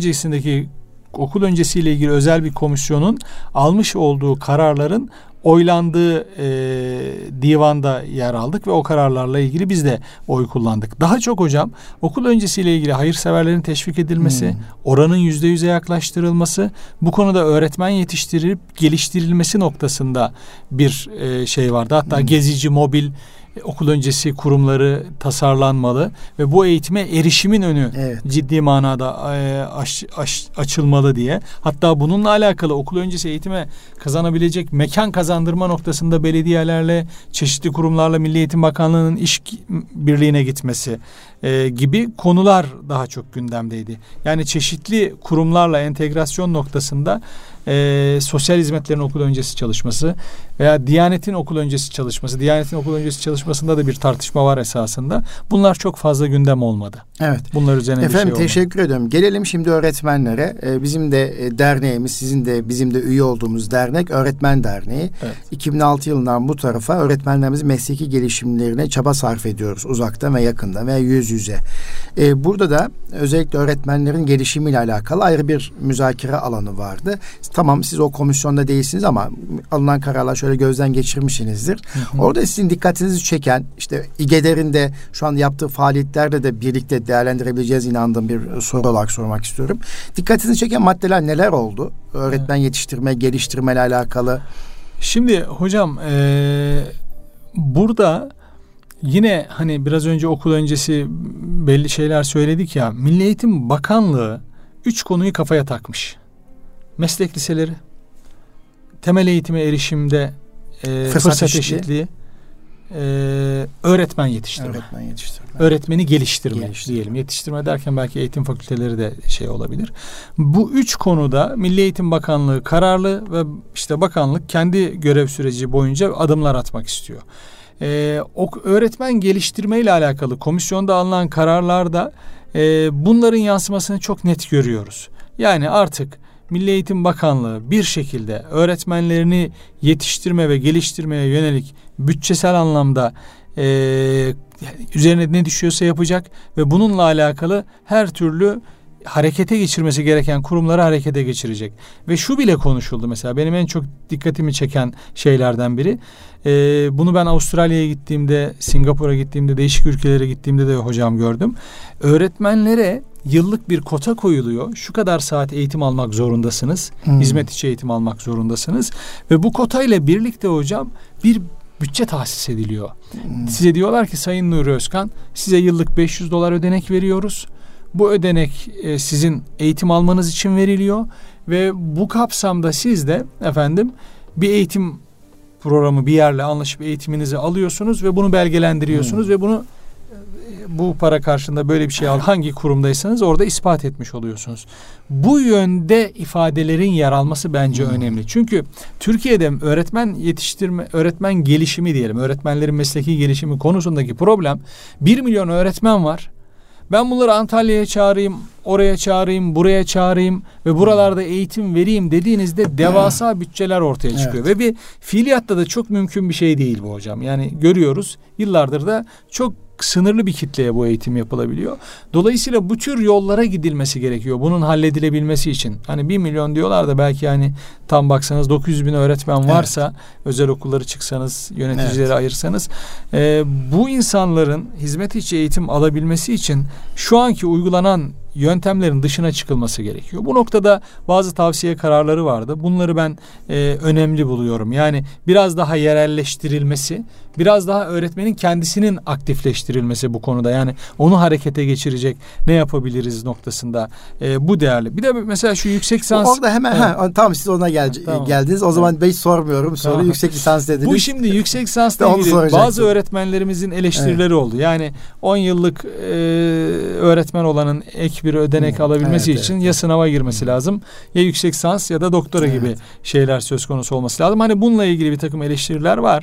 okul öncesiyle ilgili özel bir komisyonun almış olduğu kararların oylandığı divanda yer aldık ve o kararlarla ilgili biz de oy kullandık. Daha çok hocam okul öncesiyle ilgili hayırseverlerin teşvik edilmesi, oranın %100'e yaklaştırılması, bu konuda öğretmen yetiştirilip geliştirilmesi noktasında bir şey vardı. Hatta gezici, mobil okul öncesi kurumları tasarlanmalı ve bu eğitime erişimin önü ciddi manada açılmalı diye. Hatta bununla alakalı okul öncesi eğitime kazanabilecek mekan kazandırma noktasında belediyelerle, çeşitli kurumlarla Milli Eğitim Bakanlığı'nın iş birliğine gitmesi gibi konular daha çok gündemdeydi. Yani çeşitli kurumlarla entegrasyon noktasında sosyal hizmetlerin okul öncesi çalışması veya Diyanet'in okul öncesi çalışması, Diyanet'in okul öncesi çalışmasında da bir tartışma var esasında. Bunlar çok fazla gündem olmadı. Evet. Bunlar üzerine bir şey olmadı. Efendim teşekkür ediyorum. Gelelim şimdi öğretmenlere. Bizim de derneğimiz, sizin de bizim de üye olduğumuz dernek Öğretmen Derneği. Evet. 2006 yılından bu tarafa öğretmenlerimizin mesleki gelişimlerine çaba sarf ediyoruz. Uzaktan ve yakından veya yüz yüze. Burada da özellikle öğretmenlerin gelişimiyle alakalı ayrı bir müzakere alanı vardı. Tamam siz o komisyonda değilsiniz ama alınan kararlar şöyle gözden geçirmişsinizdir. Orada sizin dikkatinizi çeken, işte İGEDER'in de şu an yaptığı faaliyetlerde de birlikte değerlendirebileceğiz inandığım bir soru olarak sormak istiyorum. Dikkatinizi çeken maddeler neler oldu? Öğretmen yetiştirme, geliştirme ile alakalı. Şimdi hocam burada yine hani biraz önce okul öncesi belli şeyler söyledik ya. Milli Eğitim Bakanlığı 3 konuyu kafaya takmış. Meslek liseleri, temel eğitime erişimde fırsat eşitliği, öğretmen yetiştirme. Öğretmeni geliştirme diyelim. Yetiştirme derken belki eğitim fakülteleri de şey olabilir. Bu 3 konuda Milli Eğitim Bakanlığı kararlı ve işte bakanlık kendi görev süreci boyunca adımlar atmak istiyor. Öğretmen geliştirme ile alakalı komisyonda alınan kararlarda bunların yansımasını çok net görüyoruz. Yani artık Milli Eğitim Bakanlığı bir şekilde öğretmenlerini yetiştirme ve geliştirmeye yönelik bütçesel anlamda üzerine ne düşüyorsa yapacak ve bununla alakalı her türlü harekete geçirmesi gereken kurumları harekete geçirecek. Ve şu bile konuşuldu mesela, benim en çok dikkatimi çeken şeylerden biri. Bunu ben Avustralya'ya gittiğimde, Singapur'a gittiğimde, değişik ülkelere gittiğimde de hocam gördüm. Öğretmenlere yıllık bir kota koyuluyor. Şu kadar saat eğitim almak zorundasınız. Hizmet içi eğitim almak zorundasınız. Ve bu kotayla birlikte hocam bir bütçe tahsis ediliyor. Size diyorlar ki Sayın Nuri Özkan, size yıllık $500 ödenek veriyoruz. Bu ödenek sizin eğitim almanız için veriliyor ve bu kapsamda siz de efendim bir eğitim programı bir yerle anlaşıp eğitiminizi alıyorsunuz ve bunu belgelendiriyorsunuz ve bunu bu para karşılığında böyle bir şey hangi kurumdaysanız orada ispat etmiş oluyorsunuz. Bu yönde ifadelerin yer alması bence önemli. Çünkü Türkiye'de öğretmen gelişimi diyelim, öğretmenlerin mesleki gelişimi konusundaki problem, 1 milyon öğretmen var. Ben bunları Antalya'ya çağırayım, oraya çağırayım, buraya çağırayım ve buralarda eğitim vereyim dediğinizde devasa bütçeler ortaya çıkıyor. Ve bir fiiliyatta da çok mümkün bir şey değil bu hocam. Yani görüyoruz, yıllardır da çok sınırlı bir kitleye bu eğitim yapılabiliyor. Dolayısıyla bu tür yollara gidilmesi gerekiyor. Bunun halledilebilmesi için. Hani 1 milyon diyorlar da belki hani tam baksanız 900 bin öğretmen varsa, özel okulları çıksanız, yöneticileri ayırsanız, bu insanların hizmet içi eğitim alabilmesi için şu anki uygulanan yöntemlerin dışına çıkılması gerekiyor. Bu noktada bazı tavsiye kararları vardı. Bunları ben önemli buluyorum. Yani biraz daha yerelleştirilmesi, biraz daha öğretmenin kendisinin aktifleştirilmesi bu konuda. Yani onu harekete geçirecek ne yapabiliriz noktasında bu değerli. Bir de mesela şu yüksek lisans... Orada hemen tamam, siz ona geldiniz. O zaman ben hiç sormuyorum. Sonra yüksek lisans dediniz. Bu şimdi yüksek lisansla ilgili bazı öğretmenlerimizin eleştirileri oldu. Yani 10 yıllık öğretmen olanın ek bir ödenek alabilmesi için ya sınava girmesi lazım, ya yüksek lisans ya da doktora gibi şeyler söz konusu olması lazım. Hani bununla ilgili bir takım eleştiriler var.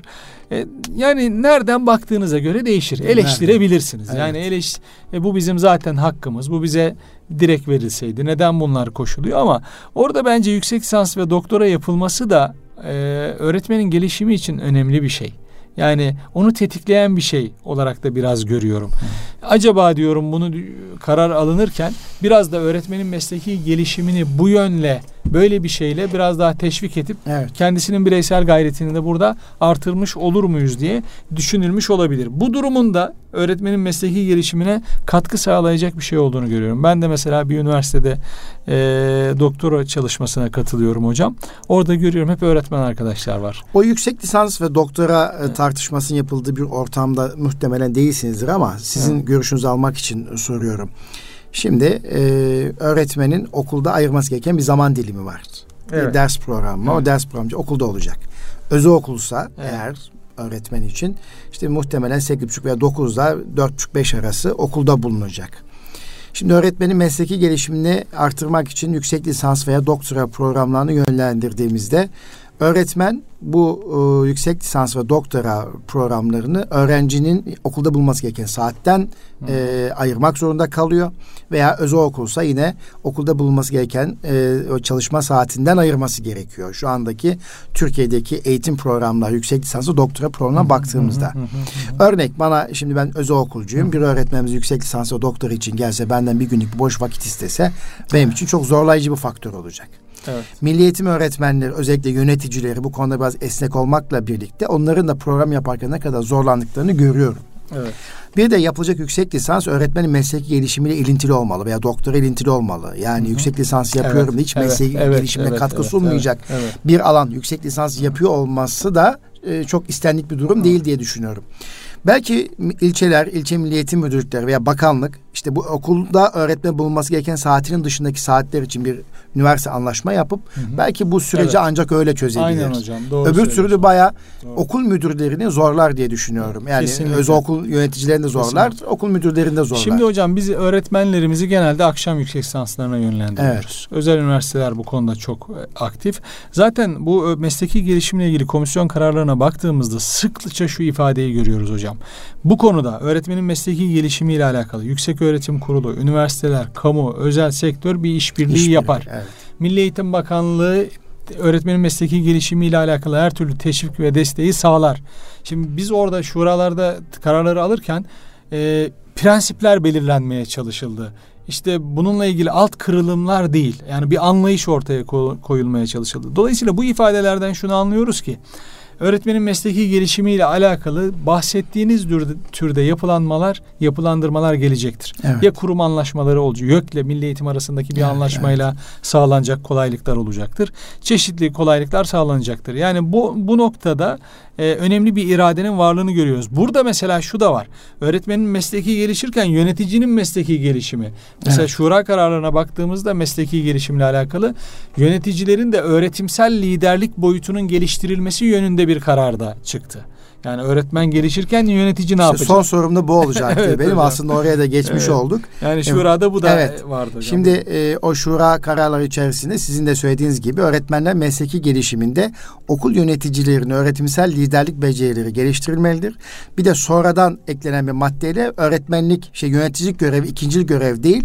Yani nereden baktığınıza göre değişir. Eleştirebilirsiniz. Yani bu bizim zaten hakkımız. Bu bize direkt verilseydi. Neden bunlar koşuluyor? Ama orada bence yüksek lisans ve doktora yapılması da öğretmenin gelişimi için önemli bir şey. Yani onu tetikleyen bir şey olarak da biraz görüyorum. Acaba diyorum bunu karar alınırken biraz da öğretmenin mesleki gelişimini bu yönle, böyle bir şeyle biraz daha teşvik edip kendisinin bireysel gayretini de burada artırmış olur muyuz diye düşünülmüş olabilir. Bu durumun da öğretmenin mesleki gelişimine katkı sağlayacak bir şey olduğunu görüyorum. Ben de mesela bir üniversitede doktora çalışmasına katılıyorum hocam. Orada görüyorum hep öğretmen arkadaşlar var. O yüksek lisans ve doktora tartışmasının yapıldığı bir ortamda muhtemelen değilsinizdir ama sizin görüşünüzü almak için soruyorum. Şimdi öğretmenin okulda ayırması gereken bir zaman dilimi var. Bir ders programı. O ders programı okulda olacak. Özel okulsa eğer öğretmen için işte muhtemelen 8.30 veya 9'da 4.30-5 arası okulda bulunacak. Şimdi öğretmenin mesleki gelişimini artırmak için yüksek lisans veya doktora programlarını yönlendirdiğimizde öğretmen bu yüksek lisans ve doktora programlarını öğrencinin okulda bulması gereken saatten ayırmak zorunda kalıyor. Veya özel okulsa yine okulda bulunması gereken o çalışma saatinden ayırması gerekiyor. Şu andaki Türkiye'deki eğitim programları, yüksek lisans ve doktora programına baktığımızda. Örnek bana, şimdi ben özel okulcuyum. Bir öğretmenimiz yüksek lisans ve doktora için gelse, benden bir günlük boş vakit istese benim için çok zorlayıcı bir faktör olacak. Evet. Milli eğitim öğretmenleri, özellikle yöneticileri bu konuda biraz esnek olmakla birlikte onların da program yaparken ne kadar zorlandıklarını görüyorum. Evet. Bir de yapılacak yüksek lisans öğretmenin mesleki gelişimiyle ilintili olmalı veya doktora ilintili olmalı. Yani yüksek lisans yapıyorum da hiç mesleki gelişimine katkı sunmayacak bir alan yüksek lisans yapıyor olması da çok istenlik bir durum değil diye düşünüyorum. Belki ilçeler, ilçe milli eğitim müdürlükleri veya bakanlık işte bu okulda öğretmen bulunması gereken saatinin dışındaki saatler için bir üniversite anlaşma yapıp belki bu süreci ancak öyle çözebilir. Aynen hocam. Doğru. Öbür türlü bayağı okul müdürlerini zorlar diye düşünüyorum. Yani özel okul yöneticilerini de zorlar, okul müdürlerini de zorlar. Şimdi hocam biz öğretmenlerimizi genelde akşam yüksek lisanslarına yönlendiriyoruz. Özel üniversiteler bu konuda çok aktif. Zaten bu mesleki gelişimle ilgili komisyon kararlarına baktığımızda sıklıkça şu ifadeyi görüyoruz hocam. Bu konuda öğretmenin mesleki gelişimiyle alakalı Yükseköğretim Kurulu, üniversiteler, kamu, özel sektör bir işbirliği yapar. Evet. Milli Eğitim Bakanlığı öğretmenin mesleki gelişimiyle alakalı her türlü teşvik ve desteği sağlar. Şimdi biz orada şuralarda kararları alırken prensipler belirlenmeye çalışıldı. İşte bununla ilgili alt kırılımlar değil. Yani bir anlayış ortaya koyulmaya çalışıldı. Dolayısıyla bu ifadelerden şunu anlıyoruz ki öğretmenin mesleki gelişimiyle alakalı bahsettiğiniz türde yapılandırmalar gelecektir. Evet. Ya kurum anlaşmaları olacak. YÖK'le Milli Eğitim arasındaki bir anlaşmayla sağlanacak kolaylıklar olacaktır. Çeşitli kolaylıklar sağlanacaktır. Yani bu noktada önemli bir iradenin varlığını görüyoruz. Burada mesela şu da var. Öğretmenin mesleki gelişirken yöneticinin mesleki gelişimi. Mesela şura kararlarına baktığımızda mesleki gelişimle alakalı yöneticilerin de öğretimsel liderlik boyutunun geliştirilmesi yönünde bir karar da çıktı. Yani öğretmen gelişirken yönetici ne yapacak? Son sorum da bu olacaktı benim. Hocam. Aslında oraya da geçmiş olduk. Yani şurada bu da vardı hocam. Şimdi o şura kararları içerisinde sizin de söylediğiniz gibi öğretmenler mesleki gelişiminde okul yöneticilerinin öğretimsel liderlik becerileri geliştirilmelidir. Bir de sonradan eklenen bir maddeyle öğretmenlik, yöneticilik görevi ikincil görev değil.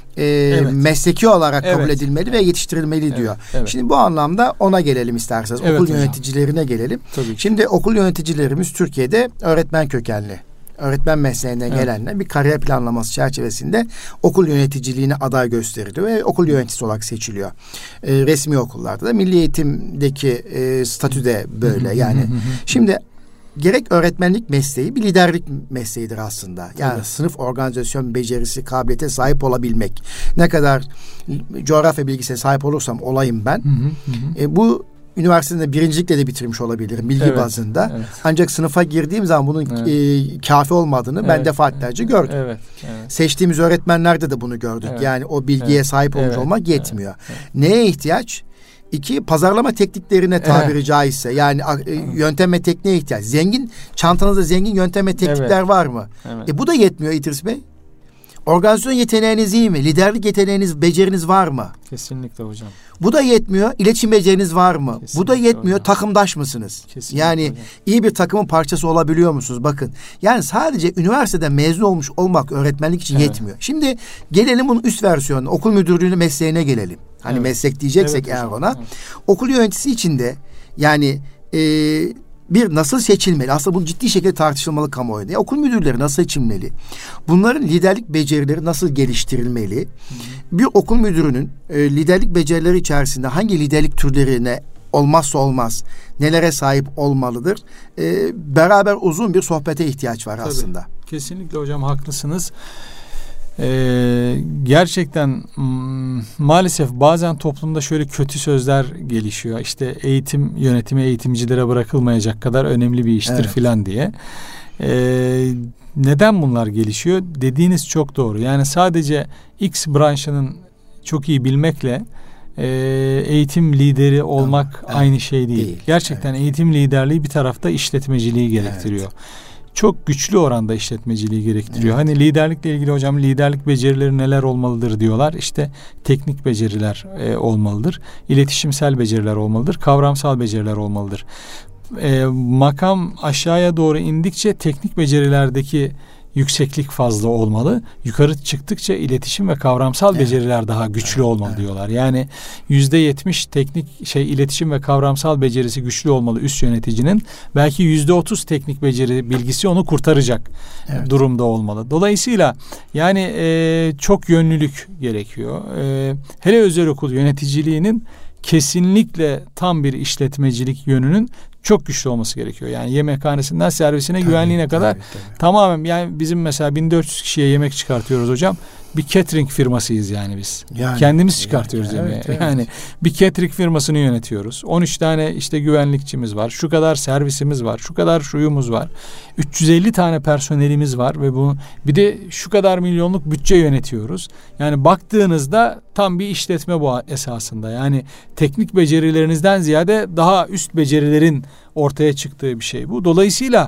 Mesleki olarak kabul edilmeli ve yetiştirilmeli diyor. Evet. Şimdi bu anlamda ona gelelim isterseniz. Okul yöneticilerine gelelim. Şimdi okul yöneticilerimiz Türkiye'de öğretmen kökenli. öğretmen mesleğine gelenler bir kariyer planlaması çerçevesinde okul yöneticiliğine aday gösteriliyor ve okul yöneticisi olarak seçiliyor. Resmi okullarda da milli eğitimdeki statü de böyle yani. Şimdi gerek öğretmenlik mesleği bir liderlik mesleğidir aslında. Yani sınıf organizasyon becerisi, kabiliyete sahip olabilmek. Ne kadar coğrafya bilgisine sahip olursam olayım ben. Bu üniversitede birincilikle de bitirmiş olabilirim bilgi bazında. Evet. Ancak sınıfa girdiğim zaman bunun kafi olmadığını ben defaatlerce gördüm. Seçtiğimiz öğretmenlerde de bunu gördük. Yani o bilgiye sahip olmuş olmak yetmiyor. Neye ihtiyaç? 2, pazarlama tekniklerine tabiri caizse. Yani yöntem ve tekniğe ihtiyaç. Çantanızda zengin yöntem ve teknikler var mı? Bu da yetmiyor İdris Bey. Organizasyon yeteneğiniz iyi mi? Liderlik yeteneğiniz, beceriniz var mı? Kesinlikle hocam. Bu da yetmiyor. İletişim beceriniz var mı? Kesinlikle bu da yetmiyor. Hocam. Takımdaş mısınız? Kesinlikle yani hocam. İyi bir takımın parçası olabiliyor musunuz? Bakın. Yani sadece üniversiteden mezun olmuş olmak öğretmenlik için yetmiyor. Şimdi gelelim bunun üst versiyonu. Okul müdürlüğüne mesleğine gelelim. Hani meslek diyeceksek eğer ona. Okul yöneticisi için de yani bir nasıl seçilmeli? Aslında bu ciddi şekilde tartışılmalı kamuoyunda. Okul müdürleri nasıl seçilmeli? Bunların liderlik becerileri nasıl geliştirilmeli? Bir okul müdürünün liderlik becerileri içerisinde hangi liderlik türlerine olmazsa olmaz, nelere sahip olmalıdır? Beraber uzun bir sohbete ihtiyaç var aslında. Kesinlikle hocam haklısınız. Gerçekten maalesef bazen toplumda şöyle kötü sözler gelişiyor. İşte eğitim yönetimi eğitimcilere bırakılmayacak kadar önemli bir iştir filan diye. Neden bunlar gelişiyor? Dediğiniz çok doğru. Yani sadece X branşının çok iyi bilmekle eğitim lideri olmak aynı şey değil. Gerçekten eğitim liderliği bir tarafta işletmeciliği gerektiriyor. Çok güçlü oranda işletmeciliği gerektiriyor. Hani liderlikle ilgili hocam liderlik becerileri neler olmalıdır diyorlar. İşte teknik beceriler olmalıdır. İletişimsel beceriler olmalıdır. Kavramsal beceriler olmalıdır. Makam aşağıya doğru indikçe teknik becerilerdeki yükseklik fazla olmalı. Yukarı çıktıkça iletişim ve kavramsal beceriler daha güçlü olmalı diyorlar. Yani %70 teknik iletişim ve kavramsal becerisi güçlü olmalı üst yöneticinin. Belki %30 teknik beceri bilgisi onu kurtaracak durumda olmalı. Dolayısıyla yani çok yönlülük gerekiyor. Hele özel okul yöneticiliğinin kesinlikle tam bir işletmecilik yönünün çok güçlü olması gerekiyor. Yani yemekhanesinden servisine, güvenliğine kadar tamamen yani bizim mesela 1400 kişiye yemek çıkartıyoruz hocam. Bir catering firmasıyız yani biz. Kendimiz çıkartıyoruz yemeği. Yani bir catering firmasını yönetiyoruz. 13 tane işte güvenlikçimiz var. Şu kadar servisimiz var. Şu kadar şuyumuz var. 350 tane personelimiz var ve bu bir de şu kadar milyonluk bütçe yönetiyoruz. Yani baktığınızda tam bir işletme bu esasında. Yani teknik becerilerinizden ziyade daha üst becerilerin ortaya çıktığı bir şey bu. Dolayısıyla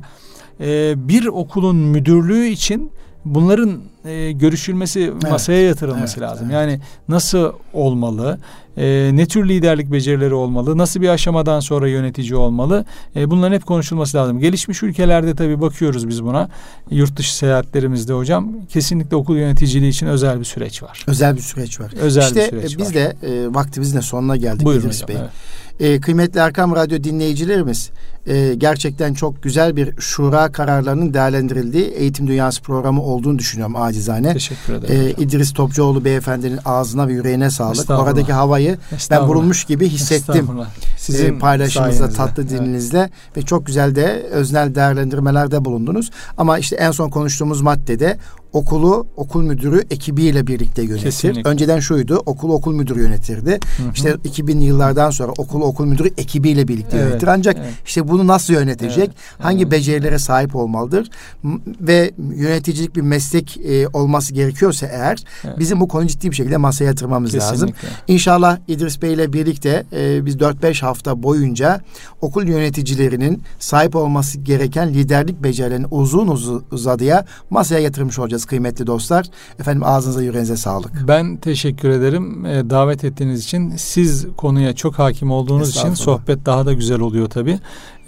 bir okulun müdürlüğü için bunların görüşülmesi, masaya yatırılması lazım. Yani nasıl olmalı, ne tür liderlik becerileri olmalı, nasıl bir aşamadan sonra yönetici olmalı, bunların hep konuşulması lazım. Gelişmiş ülkelerde tabii bakıyoruz biz buna. Yurt dışı seyahatlerimizde hocam kesinlikle okul yöneticiliği için özel bir süreç var. Özel bir süreç var. Biz de vaktimizin de sonuna geldik. Buyurun İdris hocam, Bey. Kıymetli Erkam Radyo dinleyicilerimiz, gerçekten çok güzel bir şura kararlarının değerlendirildiği Eğitim Dünyası programı olduğunu düşünüyorum acizane. Teşekkür ederim. İdris Topçuoğlu beyefendinin ağzına ve yüreğine sağlık. Oradaki havayı ben bulunmuş gibi hissettim. Sizin paylaşımınızda, tatlı dilinizle ve çok güzel de öznel değerlendirmelerde bulundunuz. Ama işte en son konuştuğumuz maddede okul müdürü ekibiyle birlikte yönetir. Kesinlikle. Önceden şuydu, okul müdürü yönetirdi. İşte 2000'li yıllardan sonra okul müdürü ekibiyle birlikte yönetir. Ancak işte bunu nasıl yönetecek? Hangi becerilere sahip olmalıdır? Ve yöneticilik bir meslek olması gerekiyorsa eğer bizim bu konuyu ciddi bir şekilde masaya yatırmamız lazım. İnşallah İdris Bey ile birlikte biz 4-5 hafta boyunca okul yöneticilerinin sahip olması gereken liderlik becerilerini uzun uzadıya masaya yatırmış olacağız kıymetli dostlar. Efendim ağzınıza yüreğinize sağlık. Ben teşekkür ederim. Davet ettiğiniz için. Siz konuya çok hakim olduğunuz için sohbet daha da güzel oluyor tabii.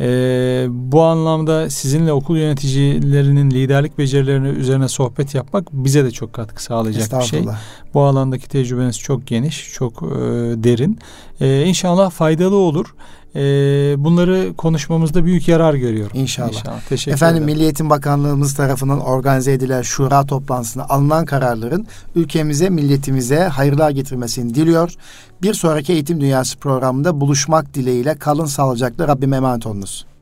Bu anlamda sizinle okul yöneticilerinin liderlik becerilerini üzerine sohbet yapmak bize de çok katkı sağlayacak bir şey. Bu alandaki tecrübeniz çok geniş, çok derin. İnşallah faydalı olur. Bunları konuşmamızda büyük yarar görüyorum. İnşallah. Teşekkür Efendim, ederim. Milli Eğitim Bakanlığımız tarafından organize edilen şura toplantısında alınan kararların ülkemize, milletimize hayırlar getirmesini diliyor. Bir sonraki Eğitim Dünyası programında buluşmak dileğiyle kalın sağlıcakla, Rabbime emanet olunuz.